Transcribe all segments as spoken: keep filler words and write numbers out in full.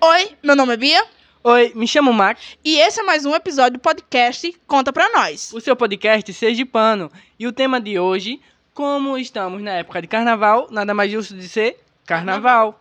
Oi, meu nome é Bia. Oi, me chamo Max. E esse é mais um episódio do podcast Conta Pra Nós. O seu podcast Sergipano. E o tema de hoje, como estamos na época de carnaval, nada mais justo de ser carnaval.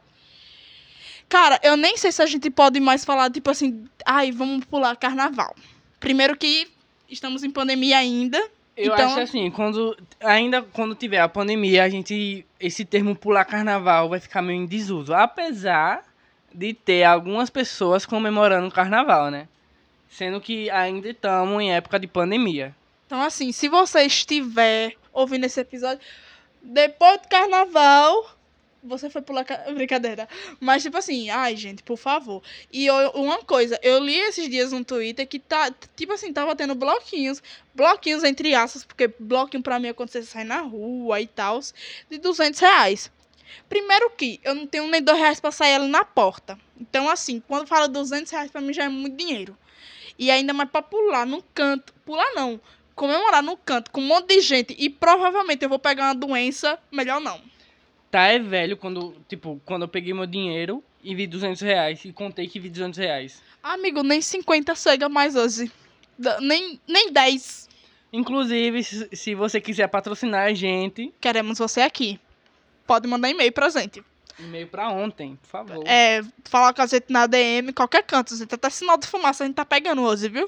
Cara, eu nem sei se a gente pode mais falar, tipo assim, ai, vamos pular carnaval. Primeiro que estamos em pandemia ainda. Eu então... acho assim, quando, ainda quando tiver a pandemia, a gente, esse termo pular carnaval vai ficar meio em desuso. Apesar de ter algumas pessoas comemorando o carnaval, né? Sendo que ainda estamos em época de pandemia. Então, assim, se você estiver ouvindo esse episódio, depois do carnaval, você foi pular... Ca... Brincadeira. Mas, tipo assim, ai, gente, por favor. E eu, uma coisa, eu li esses dias no Twitter que, tá, tipo assim, tava tendo bloquinhos, bloquinhos entre aspas, porque bloquinho pra mim é quando você sai na rua e tal, de duzentos reais. Primeiro que eu não tenho nem dois reais pra sair ali na porta. Então, assim, quando fala duzentos reais pra mim já é muito dinheiro. E ainda mais pra pular num canto. Pular não. Comemorar num canto com um monte de gente. E provavelmente eu vou pegar uma doença. Melhor não. Tá, é velho quando, tipo, quando eu peguei meu dinheiro e vi duzentos reais. E contei que vi duzentos reais. Amigo, nem cinquenta chega mais hoje. Nem, nem dez. Inclusive, se você quiser patrocinar a gente... Queremos você aqui. Pode mandar e-mail pra gente. E-mail pra ontem, por favor. É, falar com a gente na D M, qualquer canto. Gente, até sinal de fumaça a gente tá pegando hoje, viu?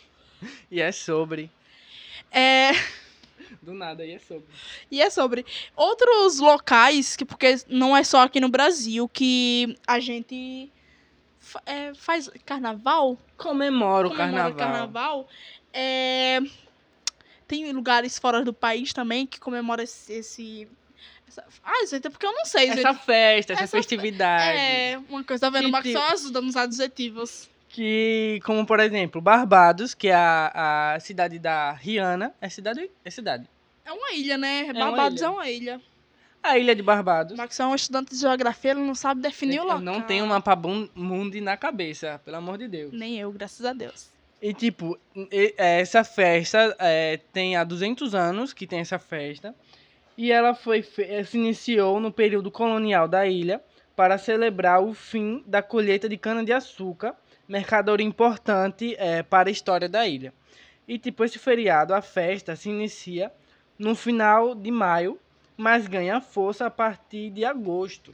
E é sobre. É... Do nada, e é sobre. E é sobre outros locais, que porque não é só aqui no Brasil, que a gente fa- é, faz carnaval. Comemora o comemora carnaval. carnaval. É, tem lugares fora do país também que comemora esse... esse essa... Ah, gente, é porque eu não sei, gente. Essa festa, essa, Essa festividade. É, uma coisa, tá vendo? Que O Max te- só ajuda nos adjetivos. Que, como por exemplo, Barbados, que é a, a cidade da Rihanna. É cidade? É cidade. É uma ilha, né? uma Barbados ilha. é uma ilha. A ilha de Barbados. O Max é um estudante de geografia, ele não sabe definir o Eu local. não tenho um mapa bun- mundi na cabeça, pelo amor de Deus. Nem eu, graças a Deus. E, tipo, e- essa festa é, tem há duzentos anos que tem essa festa. E ela foi, fe- se iniciou no período colonial da ilha para celebrar o fim da colheita de cana-de-açúcar, mercadoria importante é, para a história da ilha. E, tipo, esse feriado, a festa se inicia no final de maio, mas ganha força a partir de agosto.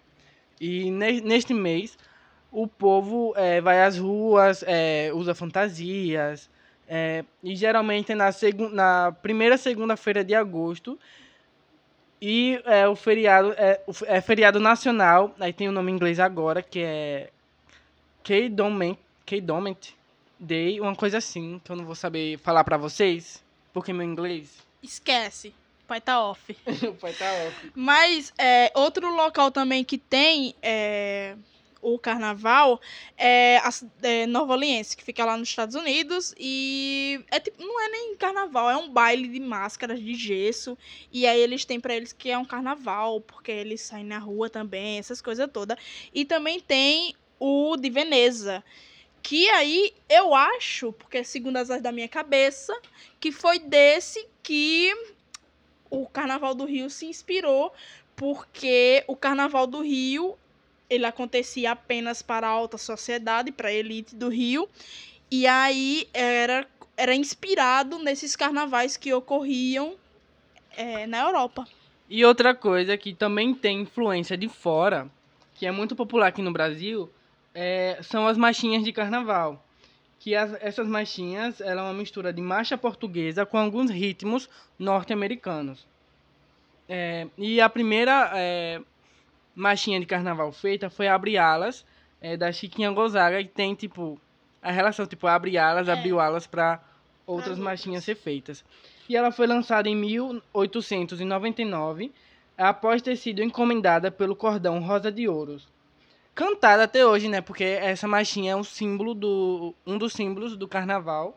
E ne- neste mês, o povo é, vai às ruas, é, usa fantasias, é, e geralmente é na, segu- na primeira segunda-feira de agosto. E é, o feriado é, o f- é feriado nacional, aí tem o nome em inglês agora, que é K-Doment, K-Doment Day, uma coisa assim, que eu não vou saber falar pra vocês, porque meu inglês... Esquece. O pai tá off. o pai tá off. Mas é, outro local também que tem é, o carnaval é, a, ci- é Nova Orleans, que fica lá nos Estados Unidos. E é tipo, não é nem carnaval, é um baile de máscaras de gesso. E aí eles têm pra eles que é um carnaval, porque eles saem na rua também, essas coisas todas. E também tem o de Veneza. Que aí eu acho, porque segundo as artes da minha cabeça, que foi desse que o Carnaval do Rio se inspirou, porque o Carnaval do Rio ele acontecia apenas para a alta sociedade, para a elite do Rio, e aí era, era inspirado nesses carnavais que ocorriam é, na Europa. E outra coisa que também tem influência de fora, que é muito popular aqui no Brasil, é, são as marchinhas de carnaval. Que as, essas marchinhas eram uma mistura de marcha portuguesa com alguns ritmos norte-americanos. É, e a primeira é, marchinha de carnaval feita foi Abre Alas, é, da Chiquinha Gonzaga, que tem, tipo, a relação, tipo, abre alas, É. abriu alas para outras Pras marchinhas outras. ser feitas. E ela foi lançada em mil oitocentos e noventa e nove, após ter sido encomendada pelo Cordão Rosa de Ouros. Cantada até hoje, né? Porque essa marchinha é um símbolo do, um dos símbolos do carnaval.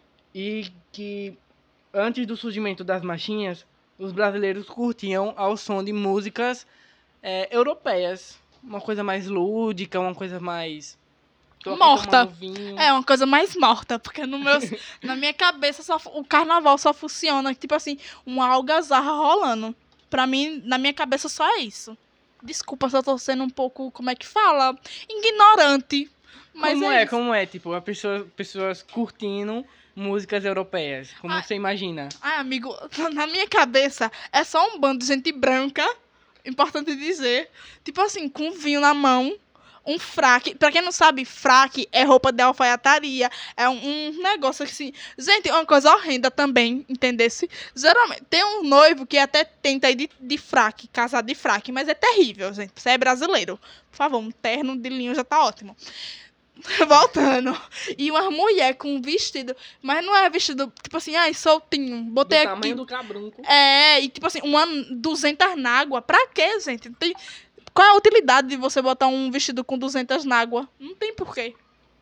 E que antes do surgimento das marchinhas, os brasileiros curtiam ao som de músicas é, europeias. Uma coisa mais lúdica, uma coisa mais... tô aqui Morta. tomando vinho. É uma coisa mais morta, porque no meus, na minha cabeça só, fu- o carnaval só funciona, tipo assim, uma algazarra rolando. Pra mim, na minha cabeça só é isso. Desculpa se eu tô sendo um pouco, como é que fala? Ignorante. Mas Como é, é, isso. como é, tipo, a pessoa, pessoas curtindo músicas europeias, como Ah, você imagina? Ai, amigo, na minha cabeça é só um bando de gente branca, importante dizer, tipo assim, com vinho na mão, um fraque. Pra quem não sabe, fraque é roupa de alfaiataria, é um, um negócio assim. Gente, é uma coisa horrenda também, entendesse? Geralmente, tem um noivo que até tenta ir de, de fraque, casar de fraque, mas é terrível, gente. Você é brasileiro. Por favor, um terno de linho já tá ótimo. Voltando. E uma mulher com um vestido, mas não é vestido, tipo assim, ai, soltinho, Do botei tamanho aqui. do cabrunco. É, e tipo assim, uma duzentas na água. Pra quê, gente? Tem... Qual é a utilidade de você botar um vestido com duzentas na água? Não tem porquê.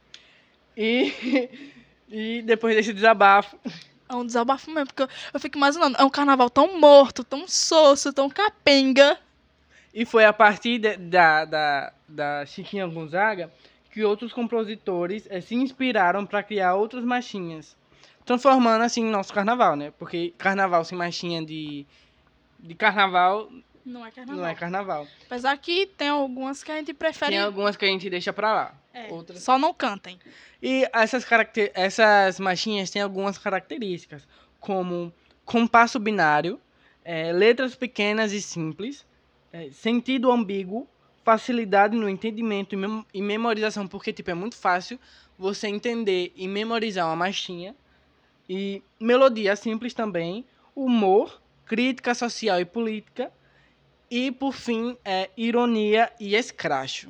E, e depois desse desabafo, É um desabafo mesmo, porque eu, eu fico imaginando, é um carnaval tão morto, tão sosso, tão capenga. e foi a partir de- da, da, da Chiquinha Gonzaga que outros compositores eh, se inspiraram para criar outras marchinhas, transformando assim nosso carnaval, né? Porque carnaval sem marchinha de, de carnaval Não é carnaval. não é carnaval. Apesar que tem algumas que a gente prefere. Tem algumas que a gente deixa pra lá. É, Outras. só não cantem. E essas, caracter... essas marchinhas têm algumas características, como compasso binário, eh, letras pequenas e simples, eh, sentido ambíguo, facilidade no entendimento e, mem- e memorização, porque tipo, é muito fácil você entender e memorizar uma marchinha. E melodia simples também, humor, crítica social e política, e por fim, é, ironia e escracho.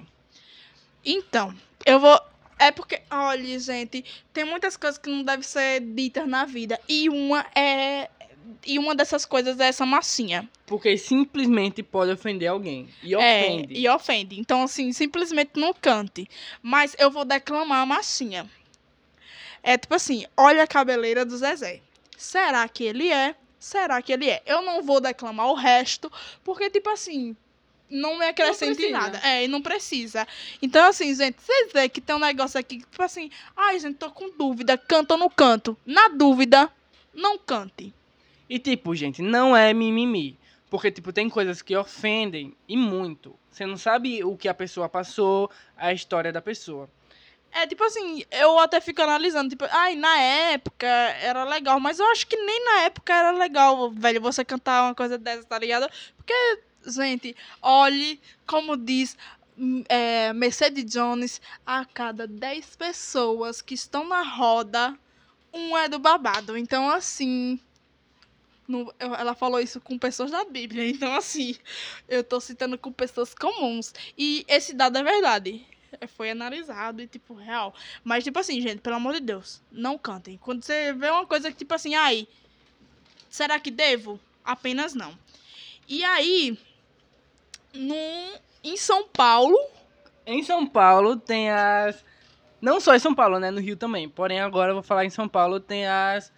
Então, eu vou. É porque, olha, gente, tem muitas coisas que não devem ser ditas na vida. E uma é. E uma dessas coisas é essa massinha. Porque simplesmente pode ofender alguém. E É, ofende. e ofende. Então, assim, simplesmente não cante. Mas eu vou declamar a massinha. É tipo assim, olha a cabeleira do Zezé. Será que ele é? Será que ele é? Eu não vou declamar o resto, porque, tipo assim, não me acrescenta em precisa. nada. É, e não precisa. Então, assim, gente, vocês veem que tem um negócio aqui, tipo assim, ai, gente, tô com dúvida, canto ou não canto? Na dúvida, não cante. E tipo, gente, não é mimimi. Porque, tipo, tem coisas que ofendem e muito. Você não sabe o que a pessoa passou, a história da pessoa. É, tipo assim, eu até fico analisando, tipo, ai, na época era legal, mas eu acho que nem na época era legal, velho, você cantar uma coisa dessa, tá ligado? Porque, gente, olhe, como diz hum, é, Mercedes Jones, a cada dez pessoas que estão na roda, um é do babado. Então, assim, no- eu- ela falou isso com pessoas da Bíblia, então, assim, eu tô citando com pessoas comuns. E esse dado é verdade. Foi analisado e, tipo, real. Mas, tipo assim, gente, pelo amor de Deus, não cantem. Quando você vê uma coisa que, tipo assim, ai, será que devo? Apenas não. E aí, num, em São Paulo. Em São Paulo tem as... Não só em São Paulo, né? No Rio também. Porém, agora eu vou falar em São Paulo, tem as...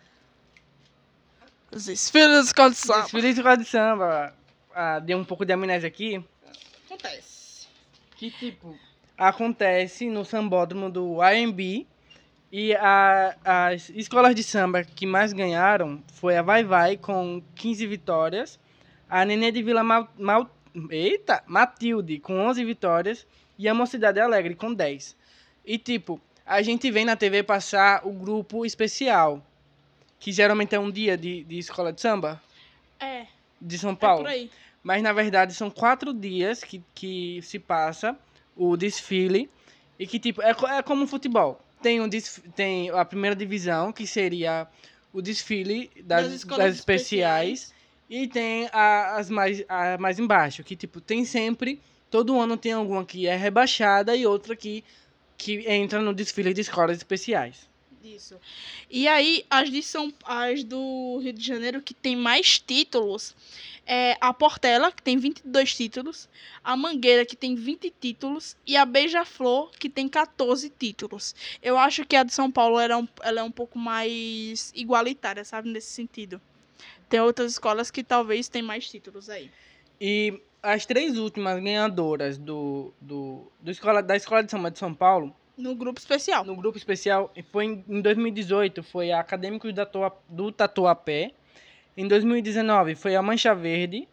Os desfiles de escola de samba. Desfiles de escola de samba. Ah, deu um pouco de amnésia aqui. Acontece. Que, tipo, acontece no sambódromo do R and B. E a, as escolas de samba que mais ganharam foi a Vai Vai, com quinze vitórias. A Nenê de Vila Mal, Mal, Eita, Matilde, com onze vitórias. E a Mocidade Alegre, com dez. E, tipo, a gente vê na T V passar o grupo especial, que geralmente é um dia de, de escola de samba É, de São é Paulo. por aí. Mas, na verdade, são quatro dias que, que se passa o desfile. E que, tipo, é, co- é como futebol. Tem, um desf- tem a primeira divisão, que seria o desfile das, Das das, escolas especiais. E tem a- as mais, a mais embaixo, que, tipo, tem sempre... Todo ano tem alguma que é rebaixada e outra que, que entra no desfile de escolas especiais. Isso. E aí, as de São, as do Rio de Janeiro que tem mais títulos é a Portela, que tem vinte e dois títulos, a Mangueira, que tem vinte títulos, e a Beija-Flor, que tem catorze títulos. Eu acho que a de São Paulo era um, ela é um pouco mais igualitária, sabe, nesse sentido. Tem outras escolas que talvez tenham mais títulos aí. E as três últimas ganhadoras do, do, do escola, da Escola de Samba de São Paulo, No grupo especial. no grupo especial, foi em, em dois mil e dezoito, foi a Acadêmicos da Toa, do Tatuapé. Em dois mil e dezenove, foi a Mancha Verde.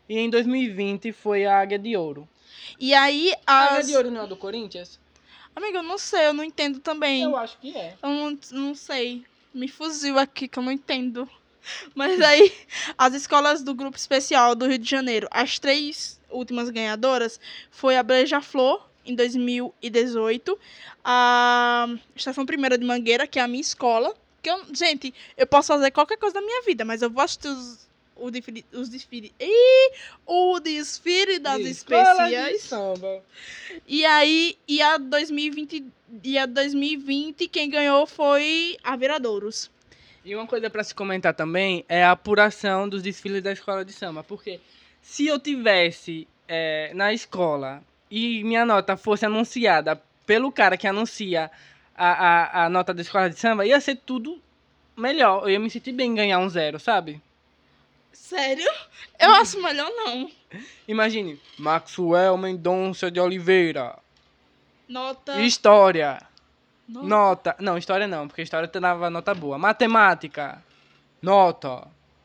E em dois mil e vinte foi a Águia de Ouro. E aí, A Águia as... de Ouro não é do Corinthians? Amiga, eu não sei, eu não entendo também. Eu acho que é. Eu não, não sei. Me fugiu aqui, que eu não entendo. Mas aí, as escolas do Grupo Especial do Rio de Janeiro, as três últimas ganhadoras, foi a Beija-Flor, em dois mil e dezoito, a Estação Primeira de Mangueira, que é a minha escola, que eu, gente, eu posso fazer qualquer coisa da minha vida, mas eu vou assistir os, o desfile, os desfile, e o desfile das Escola de especiais. samba. E aí, e a dois mil e vinte, e a dois mil e vinte, quem ganhou foi a Viradouros. E uma coisa para se comentar também é a apuração dos desfiles da escola de samba. Porque se eu tivesse é, na escola e minha nota fosse anunciada pelo cara que anuncia a, a, a nota da escola de samba, ia ser tudo melhor. Eu ia me sentir bem em ganhar um zero, sabe? Sério? Eu acho melhor não. Imagine, Maxwell Mendonça de Oliveira. Nota. História. Nota. Nota. Não, história não, porque história dava nota boa. Matemática. Nota.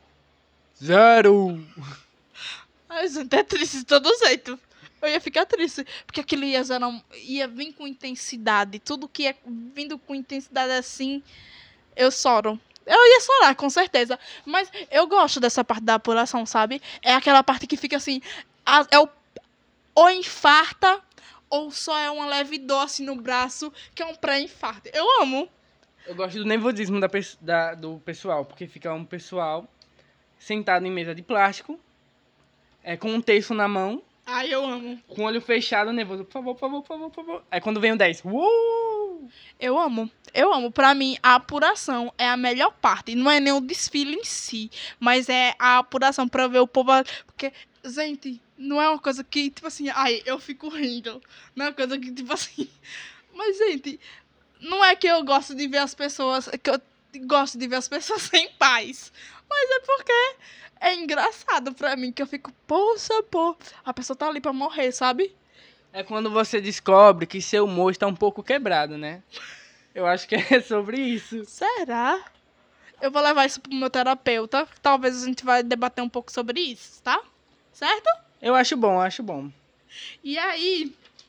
Zero. Ai, gente, é triste de todo jeito. Eu ia ficar triste. Porque aquilo ia, zero, ia vir com intensidade. Tudo que é vindo com intensidade assim, eu choro. Eu ia chorar, com certeza. Mas eu gosto dessa parte da apuração, sabe? É aquela parte que fica assim. a- É o, ou infarta, ou só é uma leve dor assim no braço, que é um pré-infarto. Eu amo. Eu gosto do nervosismo da, pe- da- do pessoal, porque fica um pessoal sentado em mesa de plástico, é, com um terço na mão, Ai, eu amo. com o olho fechado, nervoso. Por favor, por favor, por favor, por favor. Aí quando vem o dez, uh! Eu amo. Eu amo. Pra mim, a apuração é a melhor parte. Não é nem o desfile em si, mas é a apuração pra ver o povo. Porque, gente, não é uma coisa que, tipo assim, ai, eu fico rindo. Não é uma coisa que, tipo assim. Mas, gente, não é que eu gosto de ver as pessoas. Que eu gosto de ver as pessoas em paz. Mas é porque é engraçado pra mim que eu fico, poxa, pô, a pessoa tá ali pra morrer, sabe? É quando você descobre que seu humor está um pouco quebrado, né? Eu acho que é sobre isso. Será? Eu vou levar isso pro meu terapeuta. Talvez a gente vai debater um pouco sobre isso, tá? Certo? Eu acho bom, eu acho bom. E aí,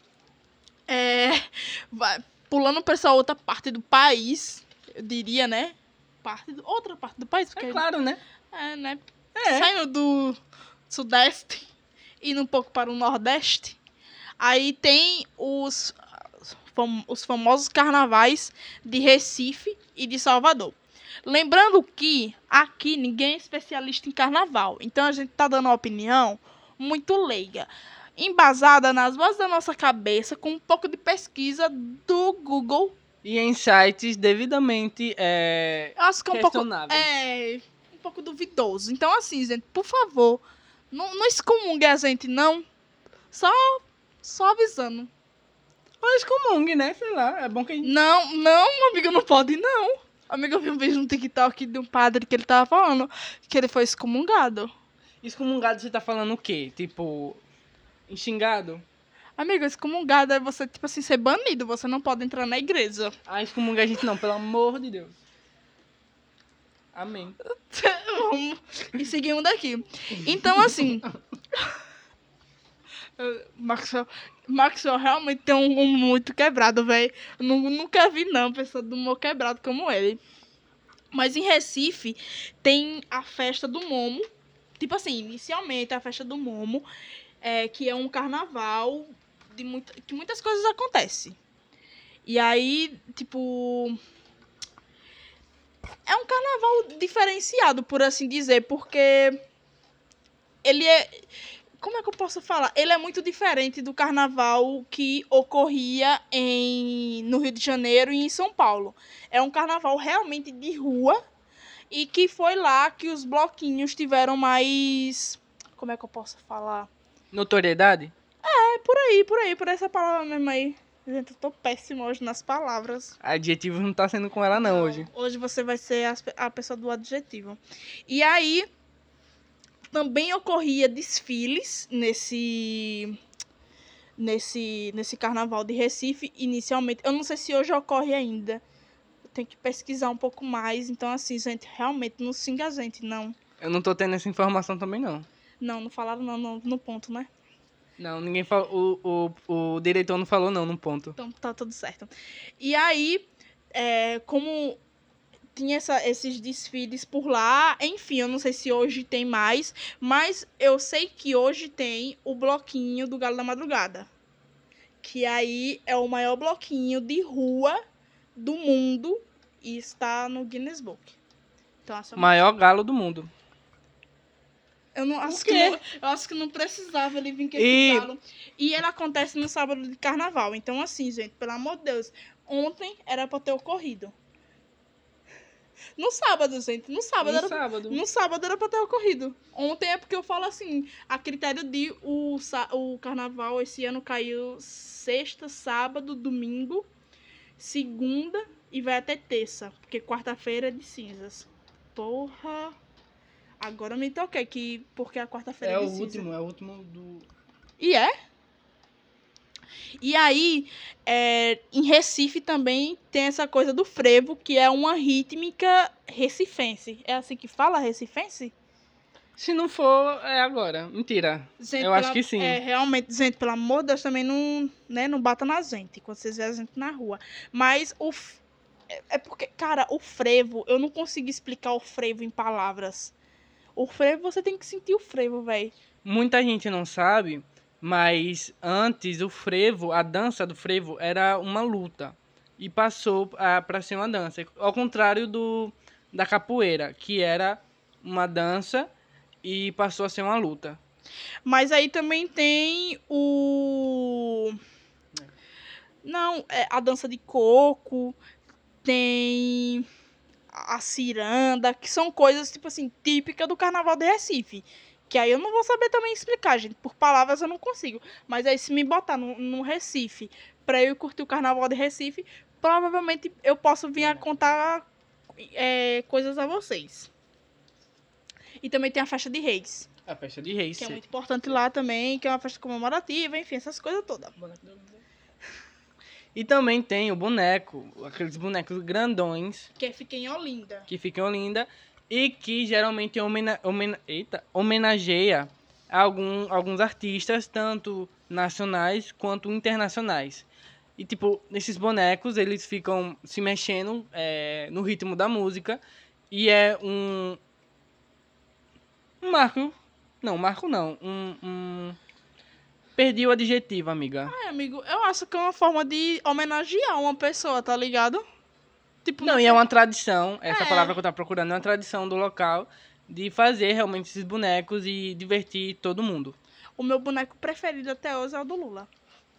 é, vai, pulando pra essa outra parte do país, eu diria, né? Parte do, outra parte do país, porque É claro, né? é, né? É. Saindo do sudeste, indo um pouco para o nordeste, aí tem os, fam- os famosos carnavais de Recife e de Salvador. Lembrando que aqui ninguém é especialista em carnaval, então a gente tá dando uma opinião muito leiga, embasada nas vozes da nossa cabeça, com um pouco de pesquisa do Google. E em sites devidamente é, Eu acho que é um pouco, questionáveis. é, um pouco duvidoso. Então, assim, gente, por favor, não, não excomungue a gente, não. Só, só avisando. Mas comungue, né? Sei lá, é bom que a gente... Não, não, amigo, não pode, não. Amigo, eu vi um vídeo no TikTok de um padre que ele tava falando que ele foi excomungado. Excomungado, você tá falando o quê? Tipo, xingado? Amigo, excomungado é você, tipo assim, ser banido. Você não pode entrar na igreja. Ah, excomunga a gente não, pelo amor de Deus. Amém. Vamos. E seguimos daqui. Então, assim... Maxwell, Maxwell realmente tem um humor muito quebrado, velho. Nunca vi, não, pessoa do humor quebrado como ele. Mas em Recife tem a festa do Momo. Tipo assim, inicialmente a festa do Momo, é, que é um carnaval de muita, que muitas coisas acontecem. E aí, tipo... É um carnaval diferenciado, por assim dizer, porque ele é... Como é que eu posso falar? Ele é muito diferente do carnaval que ocorria em, no Rio de Janeiro e em São Paulo. É um carnaval realmente de rua e que foi lá que os bloquinhos tiveram mais... Como é que eu posso falar? Notoriedade? É, por aí, por aí, por essa palavra mesmo aí. Gente, eu tô péssima hoje nas palavras. Adjetivo não tá sendo com ela não, hoje. Hoje você vai ser as- a pessoa do adjetivo. E aí, também ocorria desfiles nesse, nesse, nesse carnaval de Recife, inicialmente. Eu não sei se hoje ocorre ainda. Eu tenho que pesquisar um pouco mais. Então, assim, gente, realmente não xinga a gente, não. Eu não tô tendo essa informação também, não. Não, não falaram não, no, no ponto, né? Não, ninguém falou. O, o, o diretor não falou não no ponto. Então tá tudo certo. E aí, é, como tinha essa, esses desfiles por lá, enfim, eu não sei se hoje tem mais, mas eu sei que hoje tem o bloquinho do Galo da Madrugada. Que aí é o maior bloquinho de rua do mundo e está no Guinness Book. Então, essa é uma- Maior galo do mundo. eu não acho quê? que não, eu acho que não precisava ele vir com esse E- galo. E ele acontece no sábado de carnaval. Então, assim, gente, pelo amor de Deus, ontem era pra ter ocorrido. No sábado, gente, no sábado No era sábado. no sábado era pra ter ocorrido. Ontem é porque eu falo assim, a critério de o, sa- o carnaval esse ano caiu sexta, sábado, domingo, segunda e vai até terça, porque quarta-feira é de cinzas. Porra. Agora eu me toquei que porque a quarta-feira É é de o cinza. último, é o último do. E é? E aí, é, em Recife também tem essa coisa do frevo, que é uma rítmica recifense. É assim que fala, recifense? Se não for, é agora. Mentira. Gente, Eu acho pela- que sim. É, realmente, gente, pelo amor de Deus, também não, né, não bata na gente quando vocês verem a gente na rua. Mas o. f- É, é porque, cara, o frevo, eu não consigo explicar o frevo em palavras. O frevo, você tem que sentir o frevo, velho. Muita gente não sabe, mas antes o frevo, a dança do frevo era uma luta e passou para ser uma dança, ao contrário do da capoeira, que era uma dança e passou a ser uma luta. Mas aí também tem o. Não, é a dança de coco, tem a ciranda, que são coisas, tipo assim, típicas do carnaval de Recife. Que aí eu não vou saber também explicar, gente. Por palavras eu não consigo. Mas aí se me botar no, no Recife pra eu curtir o carnaval de Recife, provavelmente eu posso vir a contar é, coisas a vocês. E também tem a festa de reis, A festa de reis. que é muito importante lá também, que é uma festa comemorativa, enfim, essas coisas todas. E também tem o boneco, aqueles bonecos grandões Que fica em Olinda. que ficam linda e que geralmente homena, homena, eita, homenageia algum, alguns artistas, tanto nacionais quanto internacionais. E, tipo, esses bonecos, eles ficam se mexendo é, no ritmo da música e é um, um marco, não, marco não, um, um... Perdi o adjetivo, amiga. É, amigo, eu acho que é uma forma de homenagear uma pessoa, tá ligado? Tipo, Não, e é uma tradição, essa É. palavra que eu tava procurando é uma tradição do local de fazer realmente esses bonecos e divertir todo mundo. O meu boneco preferido até hoje é o do Lula.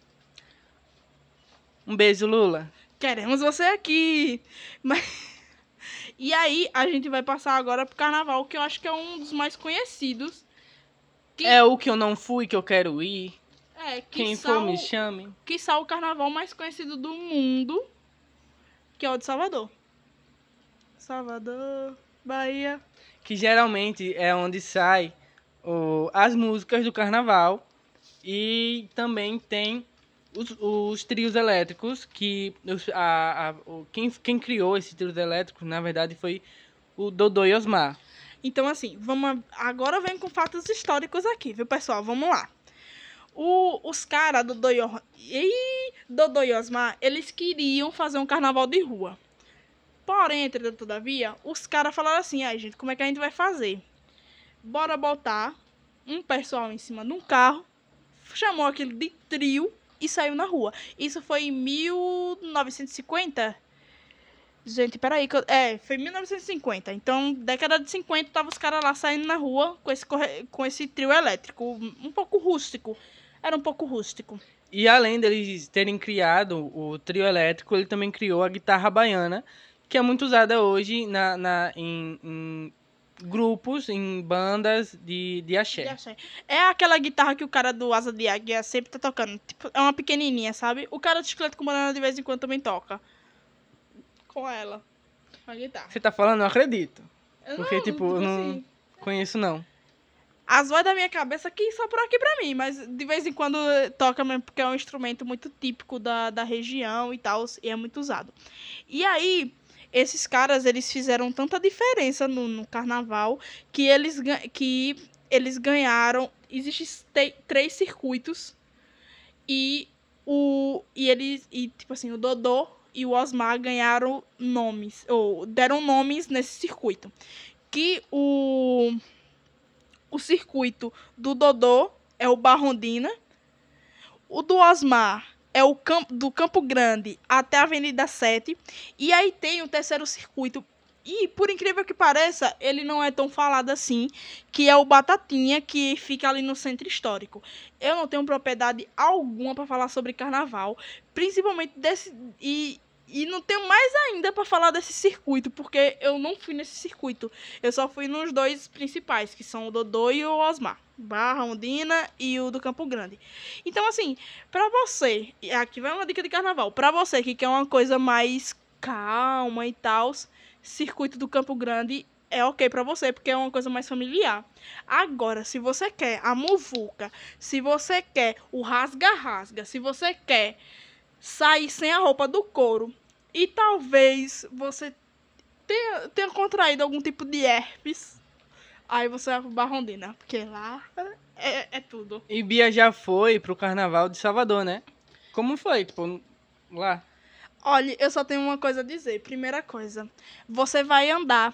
Um beijo, Lula. Queremos você aqui! Mas... E aí, a gente vai passar agora pro carnaval, que eu acho que é um dos mais conhecidos. Que... É o que eu não fui, que eu quero ir. É, que Quem sal... for, me chame. que sal o carnaval mais conhecido do mundo, que é o de Salvador. Salvador, Bahia. Que geralmente é onde sai o, as músicas do carnaval. E também tem os, os trios elétricos, que os, a, a, o, quem, quem criou esses trios elétricos, na verdade, foi o Dodô e Osmar. Então, assim, vamos agora vem com fatos históricos aqui, viu, pessoal? Vamos lá. O, os caras do Dodô e, Dodô e Osmar, eles queriam fazer um carnaval de rua. Porém, entretanto, todavia, os caras falaram assim, ai, gente, como é que a gente vai fazer? Bora botar um pessoal em cima de um carro, chamou aquilo de trio e saiu na rua. Isso foi em mil novecentos e cinquenta? Gente, peraí, que eu... é, foi em mil novecentos e cinquenta. Então, década de cinquenta, tava os caras lá saindo na rua com esse, corre... com esse trio elétrico, um pouco rústico. Era um pouco rústico. E além deles terem criado o trio elétrico, ele também criou a guitarra baiana, que é muito usada hoje na, na, em, em grupos, em bandas de, de axé. De axé. É aquela guitarra que o cara do Asa de Águia sempre tá tocando. Tipo, é uma pequenininha, sabe? O cara do Chiclete com Banana de vez em quando também toca. Com ela. Com a guitarra. Você tá falando? Eu acredito. Eu Porque, não, tipo, eu não assim, conheço, não. as vozes da minha cabeça que só por aqui pra mim, mas de vez em quando toca mesmo, porque é um instrumento muito típico da, da região e tal, e é muito usado. E aí, esses caras, eles fizeram tanta diferença no, no carnaval, que eles, que eles ganharam... Existem três circuitos. E, o, e eles... E, tipo assim, o Dodô e o Osmar ganharam nomes. Ou deram nomes nesse circuito. Que o... O circuito do Dodô é o Barrondina. O do Osmar é o campo, do Campo Grande até a Avenida sete. E aí tem o terceiro circuito. E, por incrível que pareça, ele não é tão falado assim, que é o Batatinha, que fica ali no Centro Histórico. Eu não tenho propriedade alguma para falar sobre carnaval, principalmente desse... E, e não tenho mais ainda para falar desse circuito, porque eu não fui nesse circuito. Eu só fui nos dois principais, que são o Dodô e o Osmar. Barra Ondina e o do Campo Grande. Então, assim, pra você... Aqui vai uma dica de carnaval. Pra você que quer uma coisa mais calma e tal... Circuito do Campo Grande é ok pra você, porque é uma coisa mais familiar. Agora, se você quer a muvuca, se você quer o rasga-rasga, se você quer sair sem a roupa do couro e talvez você tenha, tenha contraído algum tipo de herpes, aí você vai pro Barrondina, porque lá é, é tudo. E Bia já foi pro Carnaval de Salvador, né? Como foi, tipo, lá? Olha, eu só tenho uma coisa a dizer. Primeira coisa, você vai andar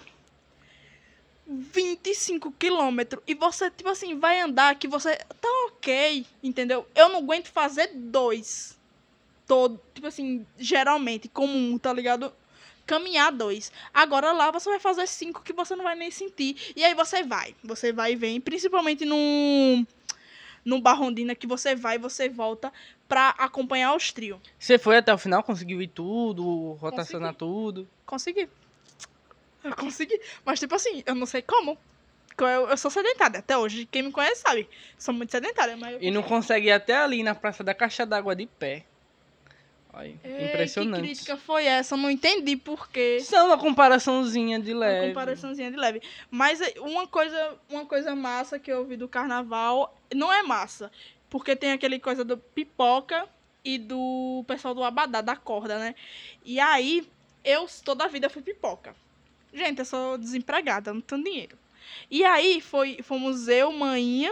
vinte e cinco quilômetros e você, tipo assim, vai andar que você tá ok, entendeu? Eu não aguento fazer dois. Todo, tipo assim, geralmente, comum, tá ligado? Caminhar dois. Agora lá você vai fazer cinco que você não vai nem sentir. E aí você vai. Você vai e vem, principalmente no, no Barrondina, que você vai e você volta pra acompanhar os trios. Você foi até o final, conseguiu ir tudo, rotacionar Consegui. tudo? Consegui. Eu consegui. Mas, tipo assim, eu não sei como. Eu, eu sou sedentária até hoje. Quem me conhece sabe. Sou muito sedentária, mas... E não consegue ir até ali na Praça da Caixa d'Água de pé. Ai, Ei, impressionante. que crítica foi essa? Eu não entendi por quê. Só uma comparaçãozinha de leve. Uma comparaçãozinha de leve. Mas uma coisa, uma coisa massa que eu vi do carnaval... Não é massa. Porque tem aquele coisa do pipoca e do pessoal do abadá, da corda, né? E aí, eu toda a vida fui pipoca. Gente, eu sou desempregada, não tenho dinheiro. E aí, foi, fomos eu, maninha,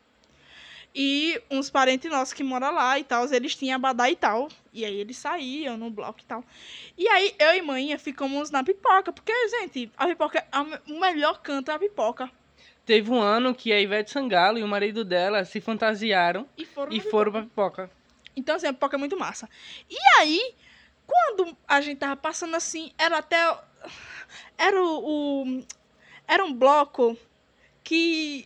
e uns parentes nossos que moram lá e tal. Eles tinham abadá e tal. E aí, eles saíam no bloco e tal. E aí, eu e maninha ficamos na pipoca. Porque, gente, a pipoca, a, o melhor canto é a pipoca. Teve um ano que a Ivete Sangalo e o marido dela se fantasiaram E foram, e foram pra pipoca. Então, assim, a pipoca é muito massa. E aí, quando a gente tava passando assim, era até... Era o... o era um bloco que...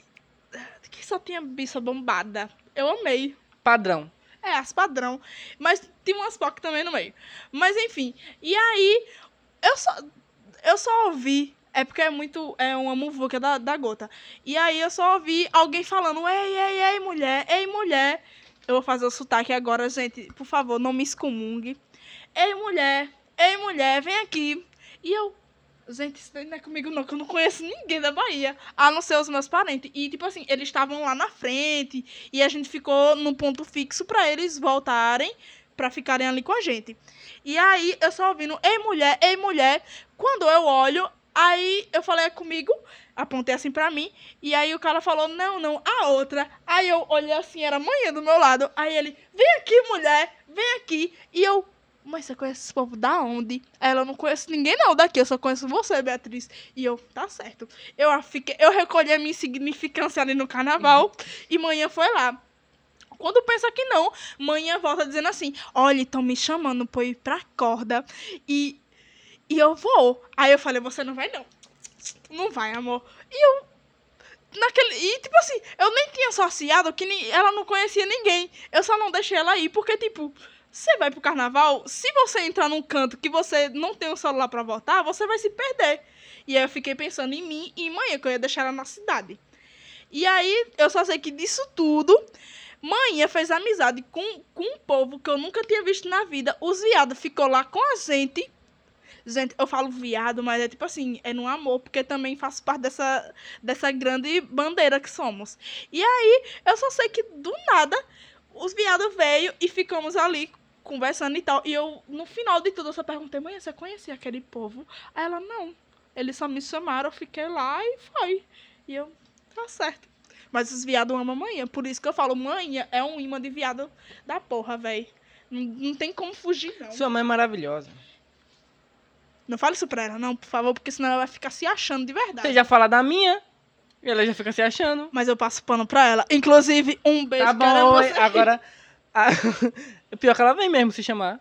Que só tinha bicha bombada. Eu amei. Padrão. É, as padrão. Mas tinha umas P O C também no meio. Mas, enfim. E aí, eu só... Eu só ouvi... É porque é muito... É uma muvuca da, da gota. E aí, eu só ouvi alguém falando... Ei, ei, ei, mulher. Ei, mulher. Eu vou fazer o sotaque agora, gente. Por favor, não me excomungue. Ei, mulher. Ei, mulher. Vem aqui. E eu... Gente, isso não é comigo não, que eu não conheço ninguém da Bahia, a não ser os meus parentes. E, tipo assim, eles estavam lá na frente e a gente ficou no ponto fixo pra eles voltarem, pra ficarem ali com a gente. E aí, eu só ouvindo, ei, mulher, ei, mulher. Quando eu olho, aí eu falei, é comigo, apontei assim pra mim, e aí o cara falou, não, não, a outra. Aí eu olhei assim, era a manhã do meu lado. Aí ele, vem aqui, mulher, vem aqui. E eu... Mas você conhece esse povo da onde? Ela, eu não conheço ninguém não daqui, eu só conheço você, Beatriz. E eu, tá certo. Eu, fiquei, eu recolhi a minha insignificância ali no carnaval, uhum. E manhã foi lá. Quando pensa que não, manhã volta dizendo assim, olha, estão me chamando pra ir pra corda e, e eu vou. Aí eu falei, você não vai não. Não vai, amor. E eu... Naquele, e, tipo assim, eu nem tinha associado que ni, ela não conhecia ninguém. Eu só não deixei ela ir, porque, tipo... Você vai pro carnaval, se você entrar num canto que você não tem um celular pra voltar, você vai se perder. E aí eu fiquei pensando em mim e em manhã, que eu ia deixar ela na cidade. E aí eu só sei que disso tudo, manhã fez amizade com, com um povo que eu nunca tinha visto na vida. Os viados ficou lá com a gente. Gente, eu falo viado, mas é tipo assim, é no amor, porque também faço parte dessa, dessa grande bandeira que somos. E aí eu só sei que do nada os viados veio e ficamos ali conversando e tal. E eu, no final de tudo, eu só perguntei, mãe, você conhecia aquele povo? Aí ela, não. Eles só me chamaram, eu fiquei lá e foi. E eu, tá certo. Mas os viados amam manhã. Por isso que eu falo, manhã é um imã de viado da porra, velho. Não, não tem como fugir, não. Sua mãe é maravilhosa. Não fale isso pra ela, não, por favor, porque senão ela vai ficar se achando de verdade. Você já fala da minha, e ela já fica se achando. Mas eu passo pano pra ela. Inclusive, um beijo, Tá cara, bom, você. agora... a- Pior que ela vem mesmo se chamar.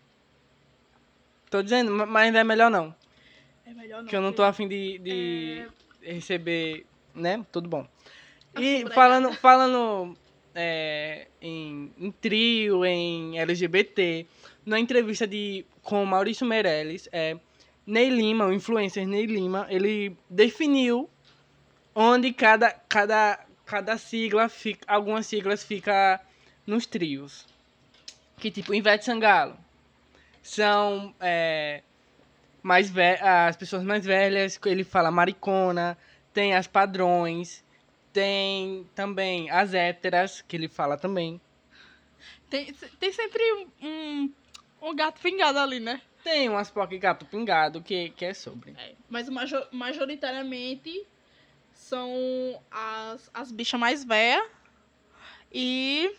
Tô dizendo, ma- mas é melhor não. É melhor não. Que eu não tô porque- afim de, de receber, né? Tudo bom. Eu E sou falando, falando é, em, em trio, em L G B T, na entrevista de, com o Maurício Meirelles, é, Ney Lima, o influencer Ney Lima, ele definiu onde cada, cada, cada sigla, fica, algumas siglas fica nos trios. Que tipo, Ivete Sangalo são é, mais ve- as pessoas mais velhas, ele fala maricona, tem as padrões, tem também as héteras, que ele fala também. Tem, tem sempre um, um, um gato pingado ali, né? Tem umas POC gato pingado que, que é sobre. É, mas major- majoritariamente são as, as bichas mais velhas e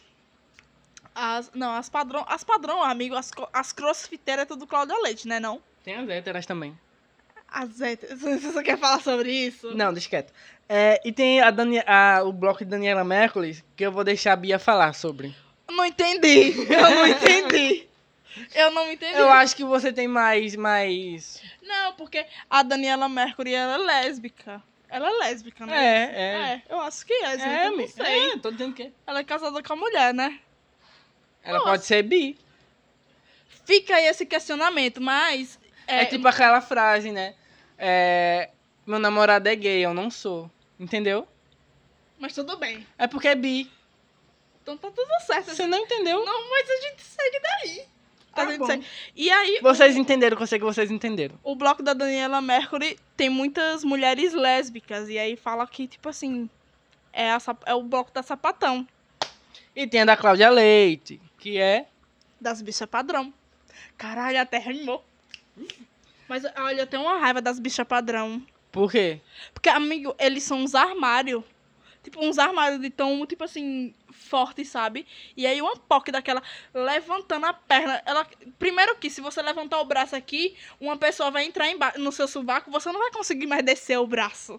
as. Não, as padrão. As padrão, amigo, as, co- as crossfiteiras é tudo Cláudia Leite, né? Não? Tem as héteras também. As héteras. Você quer falar sobre isso? Não, deixa quieto. É, e tem a Dani- a- o bloco de Daniela Mercury, que eu vou deixar a Bia falar sobre. Não entendi. Eu não entendi. Eu não entendi. Eu acho que você tem mais, mais... Não, porque a Daniela Mercury, ela é lésbica. Ela é lésbica, né? É, é. É, eu acho que é, gente. É, eu não mi- sei. é, tô dizendo que Ela é casada com a mulher, né? ela Nossa. pode ser bi. Fica aí esse questionamento, mas... É, tipo aquela frase, né? É, meu namorado é gay, eu não sou. Entendeu? Mas tudo bem. É porque é bi. Então tá tudo certo. Você não entendeu? Não, mas a gente segue daí. Tá A gente bom. segue. E aí, Vocês entenderam, que eu sei que vocês entenderam. o bloco da Daniela Mercury tem muitas mulheres lésbicas. E aí fala que, tipo assim, é, a, sap- é o bloco da sapatão. E tem a da Cláudia Leite, que é... Das bichas padrão. Caralho, até rimou. Mas, olha, eu tenho uma raiva das bichas padrão. Por quê? Porque, amigo, eles são uns armários. Tipo, uns armários de tão, tipo assim, fortes, sabe? E aí uma P O C daquela levantando a perna. Ela, primeiro que, se você levantar o braço aqui, uma pessoa vai entrar embaixo, no seu sovaco, você não vai conseguir mais descer o braço.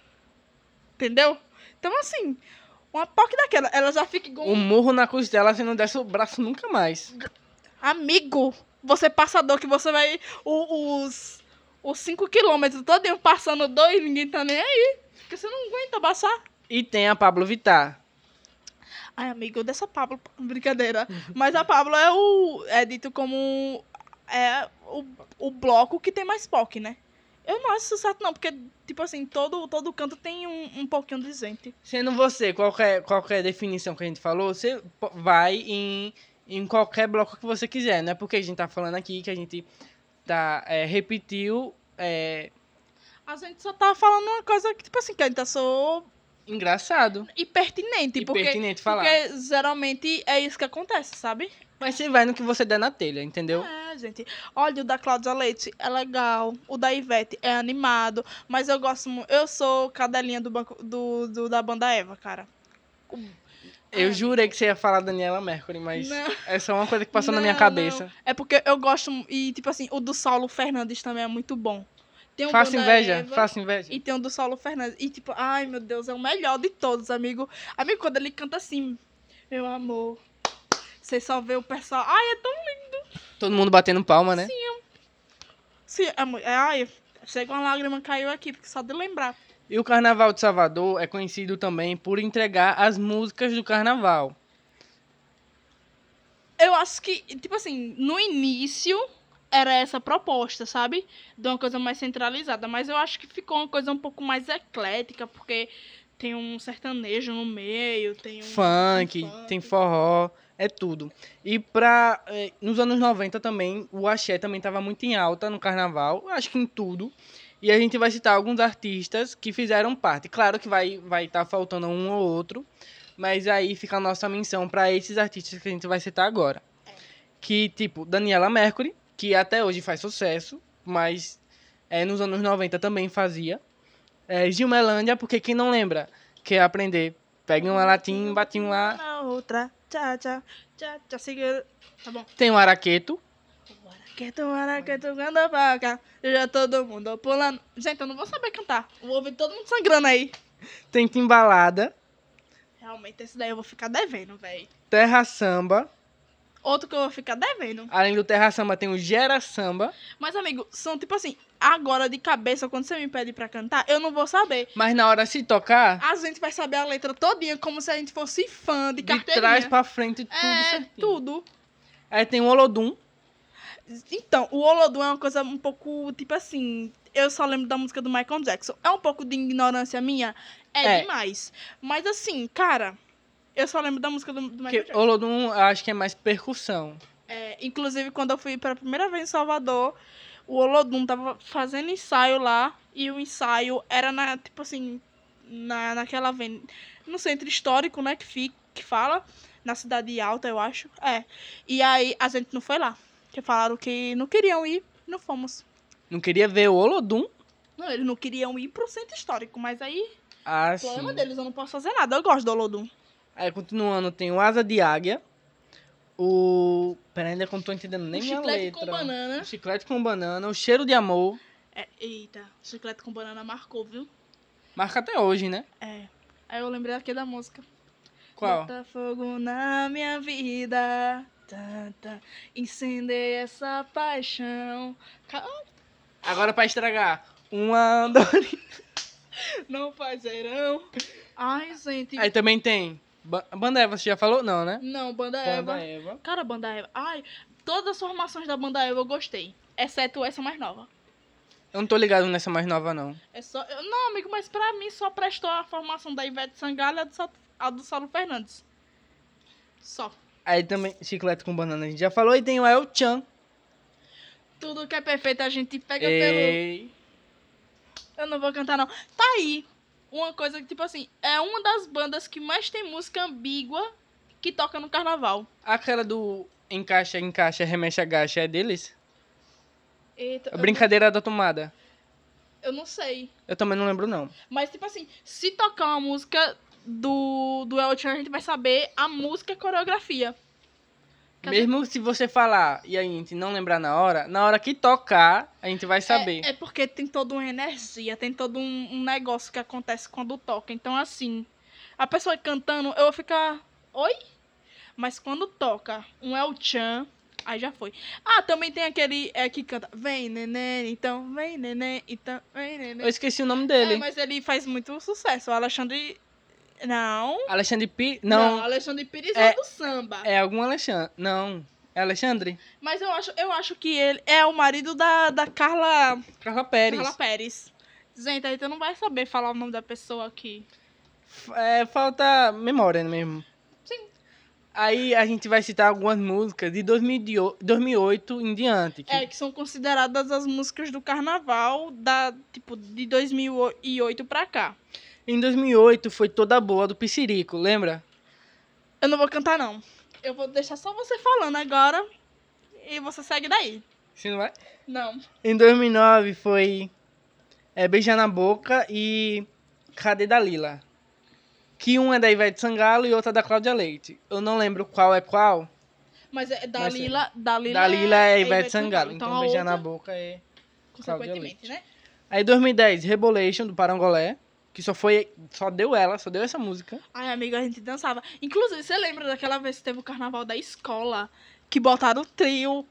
Entendeu? Então, assim, uma P O C daquela, ela já fica igual Um murro na costela, você não desce o braço nunca mais. amigo. Você passador que você vai o- os os cinco quilômetros todinho passando dois, ninguém tá nem aí. Porque você não aguenta passar. E tem a Pablo Vittar. Ai, amigo, dessa Pablo, brincadeira. Mas a Pablo é o é dito como é o, o bloco que tem mais P O C, né? Eu não acho isso certo não, porque tipo assim, todo todo canto tem um, um pouquinho de gente. Sendo você, qualquer, qualquer definição que a gente falou, você po- vai em, em qualquer bloco que você quiser. Não é porque a gente tá falando aqui que a gente tá, é, repetiu é, A gente só tá falando uma coisa que tipo assim, que a gente tá só engraçado e pertinente, e porque pertinente falar. porque geralmente é isso que acontece, sabe? Mas você vai no que você der na telha, entendeu? É, gente. Olha, o da Cláudia Leite é legal. O da Ivete é animado. Mas eu gosto muito. Eu sou cadelinha do, banco, do, do da banda Eva, cara. O- Eu Ai, jurei que você ia falar Daniela Mercury, mas Não. é só uma coisa que passou na minha Não, cabeça. não. É porque eu gosto. E, tipo assim, o do Saulo Fernandes também é muito bom. Tem o Faça Banda inveja, Eva faça inveja. E tem o do Saulo Fernandes. E, tipo, ai meu Deus, é o melhor de todos, amigo. Amigo, quando ele canta assim, meu amor. Você só vê o pessoal. Ai, é tão lindo. Todo mundo batendo palma, né? Sim, é, mu- é, ai, chega uma lágrima caiu aqui, porque só de lembrar. E o Carnaval de Salvador é conhecido também por entregar as músicas do Carnaval. Eu acho que, tipo assim, no início era essa proposta, sabe? De uma coisa mais centralizada. Mas eu acho que ficou uma coisa um pouco mais eclética, porque tem um sertanejo no meio, tem um. Funk, um funk. tem forró, é tudo. E pra, eh, nos anos noventa também, o axé também estava muito em alta no Carnaval, acho que em tudo. E a gente vai citar alguns artistas que fizeram parte. Claro que vai vai estar faltando um ou outro, mas aí fica a nossa menção para esses artistas que a gente vai citar agora. Que, tipo, Daniela Mercury, que até hoje faz sucesso, mas é, nos anos noventa também fazia. É, Gilmelândia, porque quem não lembra, quer aprender Pega uma latinha e bate um lá. Na outra. Tchá, tchá, tchá, tchá, segura. Tá bom. Tem o araqueto. O araqueto, o araqueto, anda pra cá. Já todo mundo pulando. Gente, eu não vou saber cantar. Vou ouvir todo mundo sangrando aí. Tem timbalada. Realmente, esse daí eu vou ficar devendo, velho. Terra samba. Outro que eu vou ficar devendo. Além do terra samba, tem o gera samba. Mas, amigo, são tipo assim, agora de cabeça, quando você me pede pra cantar, eu não vou saber. Mas na hora se tocar, A gente vai saber a letra todinha, como se a gente fosse fã de de carteirinha. trás pra frente, tudo É, certinho. tudo. Aí tem o Olodum. Então, o Olodum é uma coisa um pouco, tipo assim, eu só lembro da música do Michael Jackson. É um pouco de ignorância minha? É, É. demais. Mas assim, cara, eu só lembro da música do, do Michael Que Jackson. Olodum eu acho que é mais percussão. É, inclusive, quando eu fui pela primeira vez em Salvador, o Olodum tava fazendo ensaio lá, e o ensaio era na, tipo assim, na, naquela avenida, no centro histórico, né, que, fica, que fala, na Cidade Alta, eu acho. É. E aí, a gente não foi lá. Porque falaram que não queriam ir, não fomos. Não queria ver o Olodum? Não, eles não queriam ir pro centro histórico, mas aí, Ah, problema sim. deles, eu não posso fazer nada. Eu gosto do Olodum. Aí, continuando, tem o Asa de Águia. O... Pera, ainda que eu não tô entendendo nem O minha chiclete letra. com banana. O chiclete com banana. O cheiro de amor. É, eita, chiclete com banana marcou, viu? Marca até hoje, né? É. Aí eu lembrei aqui da música. Qual? Bota fogo na minha vida. Tá, tá. Incendeia essa paixão. Ca- Agora pra estragar. Uma andorinha. Não faz verão. Ai, gente. Aí também tem... Ba- Banda Eva, você já falou? Não, né? Não, Banda Banda Eva. Eva. Cara, Banda Eva. Ai, todas as formações da Banda Eva eu gostei. Exceto essa mais nova. Eu não tô ligado nessa mais nova, não. É só. eu- Não, amigo, mas pra mim só prestou a formação da Ivete Sangalo e a do, Sa- a do Saulo Fernandes. Só. Aí também, chiclete com banana, a gente já falou. E tem o El Chan. Tudo que é perfeito a gente pega pelo. Ei. Eu não vou cantar, não. Tá aí. Uma coisa que, tipo assim, é uma das bandas que mais tem música ambígua que toca no carnaval. Aquela do encaixa, encaixa, remexe, agacha é deles? Eita, A eu brincadeira da tomada. não- Eu não sei. Eu também não lembro, não. Mas, tipo assim, se tocar uma música do, do El Chan, a gente vai saber a música e a coreografia. Quer dizer, Mesmo se você falar e a gente não lembrar na hora, na hora que tocar, a gente vai saber. É, é porque tem toda uma energia, tem todo um, um negócio que acontece quando toca. Então, assim, a pessoa cantando, eu vou ficar... Oi? Mas quando toca um El Chan, aí já foi. Ah, também tem aquele é, que canta Vem, neném, então, vem, neném, então, vem, neném. Eu esqueci o nome dele. É, mas ele faz muito sucesso. O Alexandre... Não. Alexandre Pires? Não, Não, Alexandre Pires É- é do samba. é algum Alexandre. Não, é Alexandre? Mas eu acho, eu acho que ele é o marido da, da Carla, Carla Pérez. Carla Pérez. Gente, aí tu não vai saber falar o nome da pessoa aqui. F- É, falta memória mesmo. Sim. Aí a gente vai citar algumas músicas de dois mil e oito dois mil e oito em diante. Que É, que são consideradas as músicas do carnaval da, tipo, de dois mil e oito pra cá. Em dois mil e oito foi Toda Boa do Pissirico, lembra? Eu não vou cantar, não. Eu vou deixar só você falando agora e você segue daí. Você não vai? Não. Em dois mil e nove foi é, Beijar na Boca e Cadê Dalila? Que um é da Ivete Sangalo e outra da Cláudia Leite. Eu não lembro qual é qual. Mas é Mas Dalila, Dalila, Dalila é Ivete Ivete Sangalo. Então, a Beijar na outra, Boca é... consequentemente, né? Aí dois mil e dez, Rebolation do Parangolé. Que só foi... Só deu ela, só deu essa música. Ai, amigo, a gente dançava. Inclusive, você lembra daquela vez que teve o carnaval da escola? Que botaram o trio.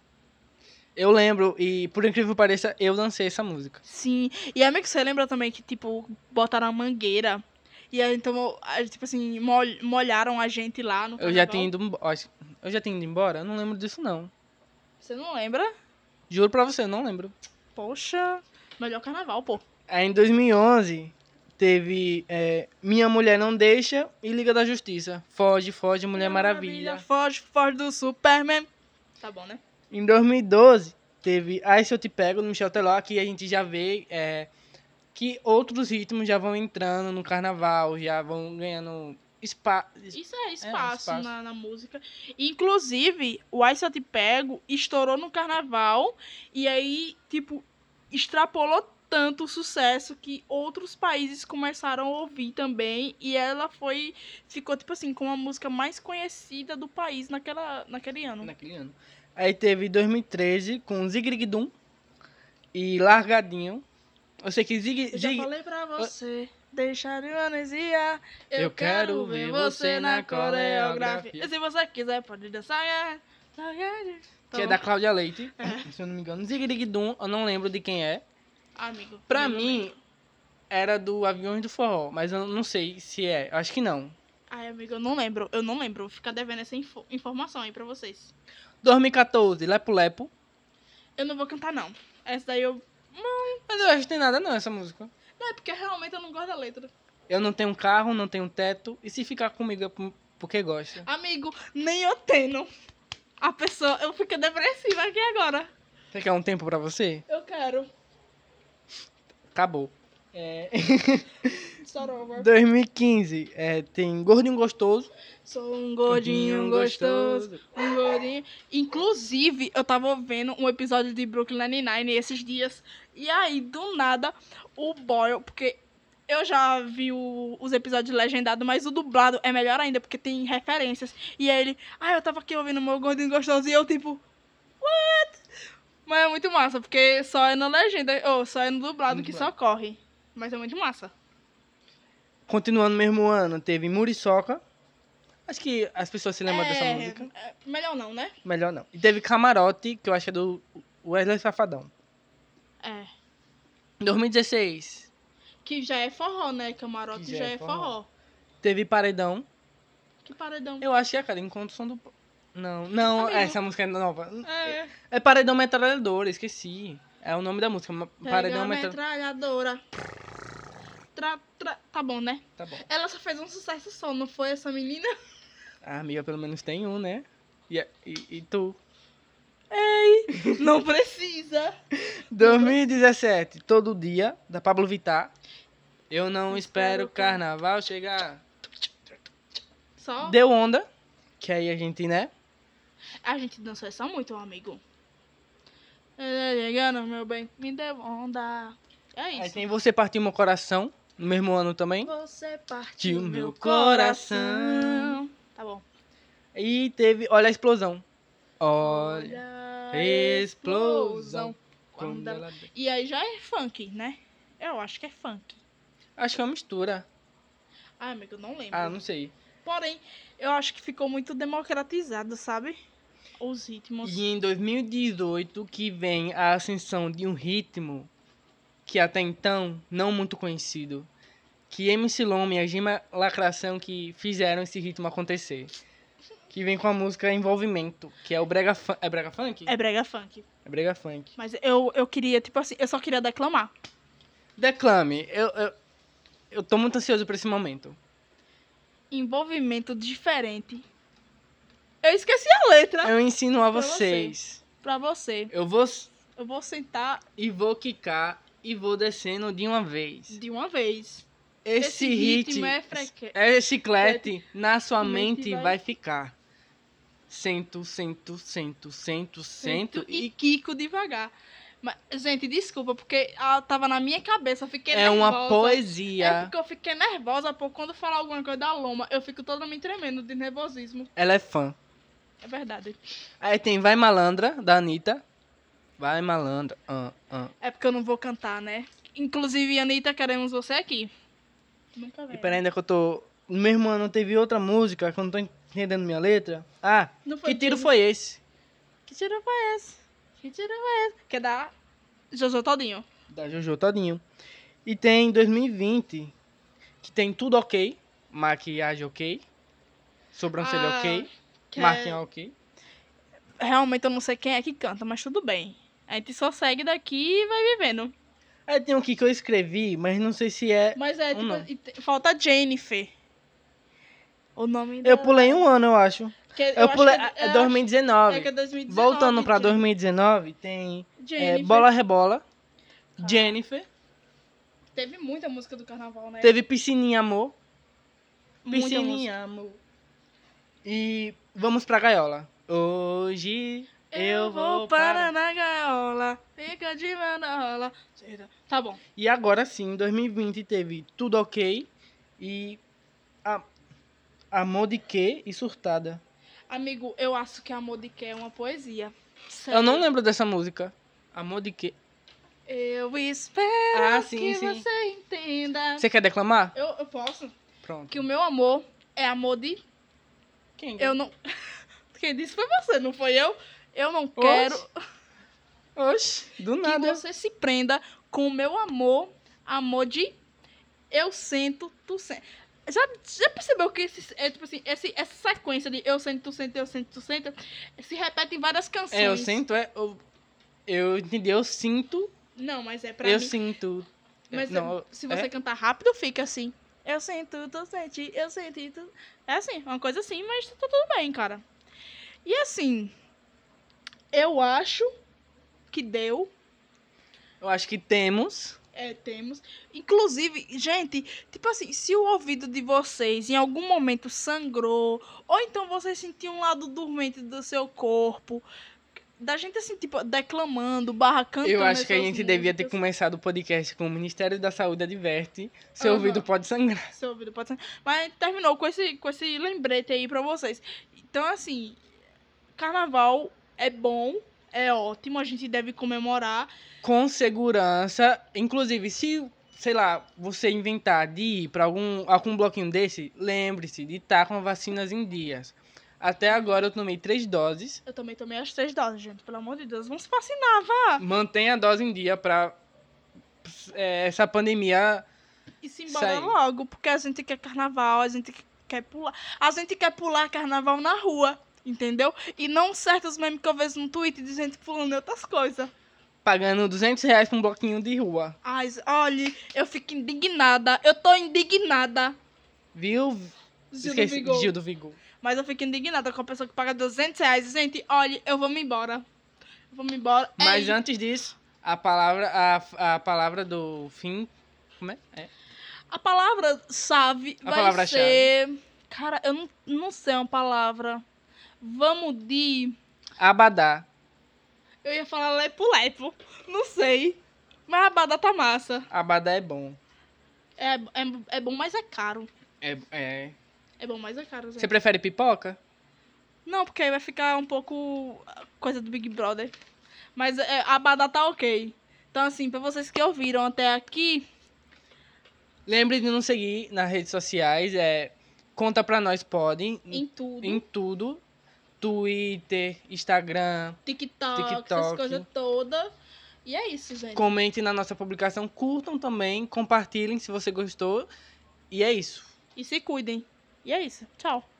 Eu lembro, e por incrível que pareça, eu dancei essa música. Sim. E amigo, você lembra também que, tipo, botaram a mangueira? E aí, então, a- tipo assim, mol- molharam a gente lá no Eu carnaval. já tinha ido embora. Eu já tinha ido embora? Eu não lembro disso, não. Você não lembra? Juro pra você, eu não lembro. Poxa, melhor carnaval, pô. Aí em dois mil e onze, teve é, Minha Mulher Não Deixa e Liga da Justiça. Foge, foge, Mulher Maravilha. Foge, foge do Superman. Tá bom, né? Em dois mil e doze, teve Ai Se Eu Te Pego, do Michel Teló, que a gente já vê é, que outros ritmos já vão entrando no carnaval, já vão ganhando espaço. Isso é espaço, espaço. Na, na música. Inclusive, o Ai Se Eu Te Pego estourou no carnaval. E aí, tipo, extrapolou tanto sucesso que outros países começaram a ouvir também. E ela foi. Ficou, tipo assim, com a música mais conhecida do país naquela, naquele ano. Naquele ano. Aí teve dois mil e treze com Zigrigdum e Largadinho. Eu sei que Zig... Eu já Zig... falei pra você, deixar de manesia. Eu, Eu quero ver você na coreografia. coreografia. E se você quiser, pode dançar. É. Que é da Cláudia Leite, se eu não me engano. Zigrigdum, eu não lembro de quem é. Amigo. Pra nem mim, lembro. era do Aviões do Forró, mas eu não sei se é. Acho que não. Ai, amigo, eu não lembro. Eu não lembro. Vou ficar devendo essa info- informação aí pra vocês. dois mil e quatorze, Lepo Lepo. Eu não vou cantar, não. Essa daí eu. Não, Mas eu acho que tem nada não, essa música. não é porque realmente eu não gosto da letra. Eu não tenho carro, não tenho teto. E se ficar comigo é por- porque gosta. Amigo, nem eu tenho. A pessoa. Eu fico depressiva aqui agora. Você quer um tempo pra você? Eu quero. Acabou. É... Sorova. dois mil e quinze, é, tem Gordinho Gostoso. Sou um gordinho gostoso, um gordinho. Inclusive, eu tava vendo um episódio de Brooklyn Nine-Nine esses dias. E aí, do nada, o Boyle, porque eu já vi o- os episódios legendados, mas o dublado é melhor ainda, porque tem referências. E aí ele, ah, eu tava aqui ouvindo meu gordinho gostoso, e eu tipo, what? Mas é muito massa, porque só é na legenda, ou só é no dublado que só corre. Mas é muito massa. Continuando no mesmo ano, teve Muriçoca. Acho que as pessoas se lembram dessa É, música. é, melhor não, né? Melhor não. E teve Camarote, que eu acho que é do Wesley Safadão. É. dois mil e dezesseis, Que já é forró, né? Camarote Que já, é forró. teve Paredão. Que paredão. Eu acho que é, cara, Encontro Som do... Não, não, Amigo. essa música é nova. É. É Paredão Metralhadora, esqueci. É o nome da música. ma- Pega Paredão a Metralhadora. metralhadora. Tra, tra... Tá bom, né? Tá bom. Ela só fez um sucesso só, não foi essa menina? A amiga pelo menos tem um, né? E, e, e tu? Não precisa. dois mil e dezessete, Todo Dia, da Pablo Vittar. Eu não Espero espero o carnaval chegar. Só Deu Onda, que aí a gente, né? a gente dançou essa muito, amigo. Chegando, meu bem, me deu onda. É Aí isso. tem Você Partiu Meu Coração, no mesmo ano também. Você Tio, partiu meu meu coração. coração. Tá bom. E teve Olha a Explosão. Olha a a explosão. Quando Quando ela- ela... E aí já é funk, né? Eu acho que é funk. Acho que é uma mistura. Ah, amigo, eu não lembro. Ah, não sei. Porém, eu acho que ficou muito democratizado, sabe? Os ritmos. E em dois mil e dezoito que vem a ascensão de um ritmo que até então não muito conhecido. Que M C Lome e a Gima Lacração que fizeram esse ritmo acontecer. Que vem com a música Envolvimento, que é o brega funk. É brega funk? É brega funk. É brega funk. Mas eu, eu queria, tipo assim, eu só queria declamar. Declame, eu, eu, eu tô muito ansioso por esse momento. Envolvimento diferente. Eu esqueci a letra Eu ensino a Pra vocês. pra você. Eu vou Eu vou sentar e vou quicar e vou descendo de uma vez. de uma vez. Esse, Esse hit, ritmo é freque- é chiclete, na sua mente mente vai- vai ficar. Cento, cento, cento, cento, cento e e... Kiko devagar. Mas, gente, desculpa, porque ela tava na minha cabeça, eu fiquei É nervosa. uma É poesia. porque eu fiquei nervosa, pô, quando falar alguma coisa da Loma, eu fico totalmente tremendo de nervosismo. Ela é fã. É verdade. Aí tem Vai Malandra, da Anitta. Vai Malandra. Ah, ah. É porque eu não vou cantar, né? Inclusive, Anitta, queremos você aqui. Nunca E vem. peraí, ainda que eu tô... No mesmo ano teve outra música, que eu não tô entendendo minha letra. Ah, Não foi que tiro Disney? foi esse? Que tiro foi esse? Que tiro foi esse? Que é da Jojo Todinho. Da Jojo Todinho. E tem dois mil e vinte, que tem Tudo Ok, maquiagem ok, sobrancelha Ah, ok, que marquinha é- ok. Realmente eu não sei quem é que canta, mas tudo bem. A gente só segue daqui e vai vivendo. Aí tem um aqui que eu escrevi, mas não sei se é... Mas é, Um tipo, não. e te- falta Jennifer. O nome Eu dela. pulei um ano, eu acho. Que Eu, acho pulei... que É eu dois mil e dezenove. acho- É que é dois mil e dezenove. Voltando pra Jen- dois mil e dezenove, tem é, Jennifer. Bola Rebola, Ah. Jennifer, Teve muita música do carnaval, né? teve Piscininha Amor, muita música. Piscininha Amor. E vamos pra gaiola. Hoje eu vou para para... na gaiola. fica de manola. Tá bom. E agora sim, em dois mil e vinte teve Tudo Ok e a, Amor de Quê e Surtada. Amigo, eu acho que Amor de Quê é uma poesia. Eu não Sério. lembro dessa música. Amor de Quê? Eu espero Ah, sim, que sim. você entenda. Você quer declamar? Eu, eu posso? Pronto. Que o meu amor é amor de... Quem? Eu não... Quem disse foi você, não foi eu? Eu não quero Oxe, do que nada. você se prenda com o meu amor, amor de... Eu sento, tu sente. Já, já percebeu que esse, é, tipo assim, esse, essa sequência de eu sento, tu senta, eu sento, tu senta, se repete em várias canções. É, eu sinto, é. Eu, eu entendi, eu sinto. Não, mas é pra eu mim. sinto. Mas não, é- se você é? cantar rápido, fica assim. Eu sinto, tu sente, eu senti, tu... É assim, uma coisa assim, mas tá tudo bem, cara. E assim, eu acho que deu. Eu acho que temos. É, temos. Inclusive, gente, tipo assim, se o ouvido de vocês em algum momento sangrou, ou então vocês sentiam um lado dormente do seu corpo, da gente assim, tipo, declamando, barra cantando. Eu acho que a essas gente devia ter músicas. começado o podcast com o Ministério da Saúde adverte. Seu Aham. ouvido pode sangrar. Seu ouvido pode ser. Mas terminou com esse, com esse lembrete aí pra vocês. Então, assim, carnaval é bom, é ótimo, a gente deve comemorar. Com segurança. Inclusive, se, sei lá, você inventar de ir pra algum, algum bloquinho desse, lembre-se de estar com vacinas em dias. Até agora eu tomei três doses. Eu também tomei as três doses, gente. Pelo amor de Deus, vamos se vacinar, vá. Mantenha a dose em dia pra é, essa pandemia. E se embora Sai. logo, porque a gente quer carnaval, a gente quer pular. A gente quer pular carnaval na rua, entendeu? E não certos memes que eu vejo no Twitter de gente pulando outras coisas. Pagando duzentos reais pra um bloquinho de rua. Ai, olha, eu fico indignada. Eu tô indignada. Viu? Gil do Esqueci. Vigor. Gil do Vigor. Mas eu fico indignada com a pessoa que paga duzentos reais. Gente, olha, eu vou me embora. Eu vou me embora. É Mas isso. antes disso, a palavra, a, a palavra do fim. Como é? É. A palavra-chave A vai palavra-chave. ser... Cara, eu não, não sei uma palavra. Vamos de... Abadá. Eu ia falar lepo-lepo. Não sei. Mas a abadá tá massa. Abadá é bom. É, é, é bom, mas é caro. É, é. É bom, mas é caro, gente. Você prefere pipoca? Não, porque aí vai ficar um pouco coisa do Big Brother. Mas é, a abadá tá ok. Então, assim, pra vocês que ouviram até aqui... Lembre de nos seguir nas redes sociais. É, conta pra nós, podem. Em tudo. Em tudo. Twitter, Instagram. TikTok, essas TikTok. coisas todas. E é isso, gente. Comentem na nossa publicação. Curtam também. Compartilhem se você gostou. E é isso. E se cuidem. E é isso. Tchau.